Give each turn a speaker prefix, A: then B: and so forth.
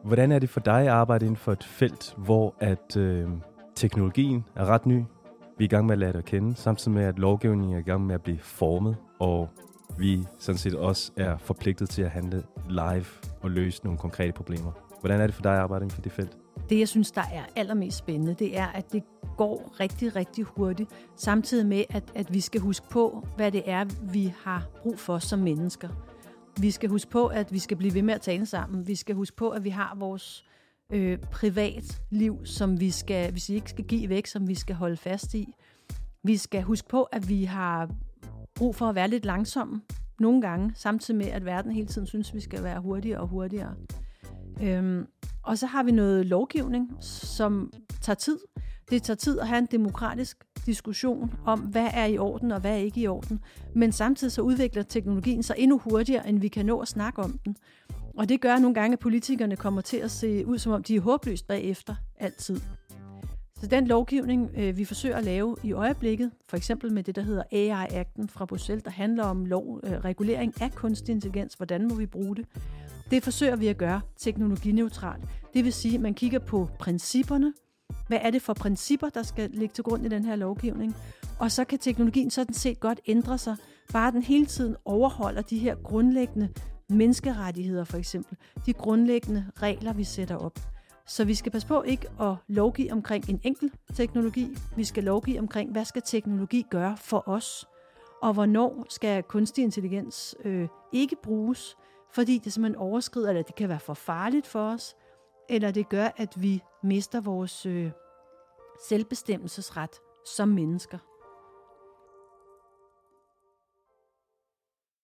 A: Hvordan er det for dig at arbejde inden for et felt, hvor at teknologien er ret ny? Vi er i gang med at lade det at kende, samtidig med at lovgivningen er i gang med at blive formet, og vi sådan set også er forpligtet til at handle live og løse nogle konkrete problemer. Hvordan er det for dig at arbejde inden for det felt?
B: Det, jeg synes, der er allermest spændende, det er, at det går rigtig, rigtig hurtigt, samtidig med, at vi skal huske på, hvad det er, vi har brug for som mennesker. Vi skal huske på, at vi skal blive ved med at tale sammen. Vi skal huske på, at vi har vores privatliv, som vi ikke skal give væk, som vi skal holde fast i. Vi skal huske på, at vi har brug for at være lidt langsomme nogle gange, samtidig med, at verden hele tiden synes, at vi skal være hurtigere og hurtigere. Og så har vi noget lovgivning, som tager tid. Det tager tid at have en demokratisk diskussion om, hvad er i orden og hvad er ikke i orden. Men samtidig så udvikler teknologien sig endnu hurtigere, end vi kan nå at snakke om den. Og det gør nogle gange, at politikerne kommer til at se ud, som om de er håbløst bagefter altid. Så den lovgivning, vi forsøger at lave i øjeblikket, for eksempel med det, der hedder AI-akten fra Bruxelles, der handler om regulering af kunstig intelligens, hvordan må vi bruge det, det forsøger vi at gøre teknologineutralt. Det vil sige, at man kigger på principperne. Hvad er det for principper, der skal ligge til grund i den her lovgivning? Og så kan teknologien sådan set godt ændre sig, bare den hele tiden overholder de her grundlæggende menneskerettigheder for eksempel. De grundlæggende regler, vi sætter op. Så vi skal passe på ikke at lovgive omkring en enkelt teknologi. Vi skal lovgive omkring, hvad skal teknologi gøre for os? Og hvornår skal kunstig intelligens ikke bruges, fordi det simpelthen overskrider, eller det kan være for farligt for os, eller det gør, at vi mister vores selvbestemmelsesret som mennesker.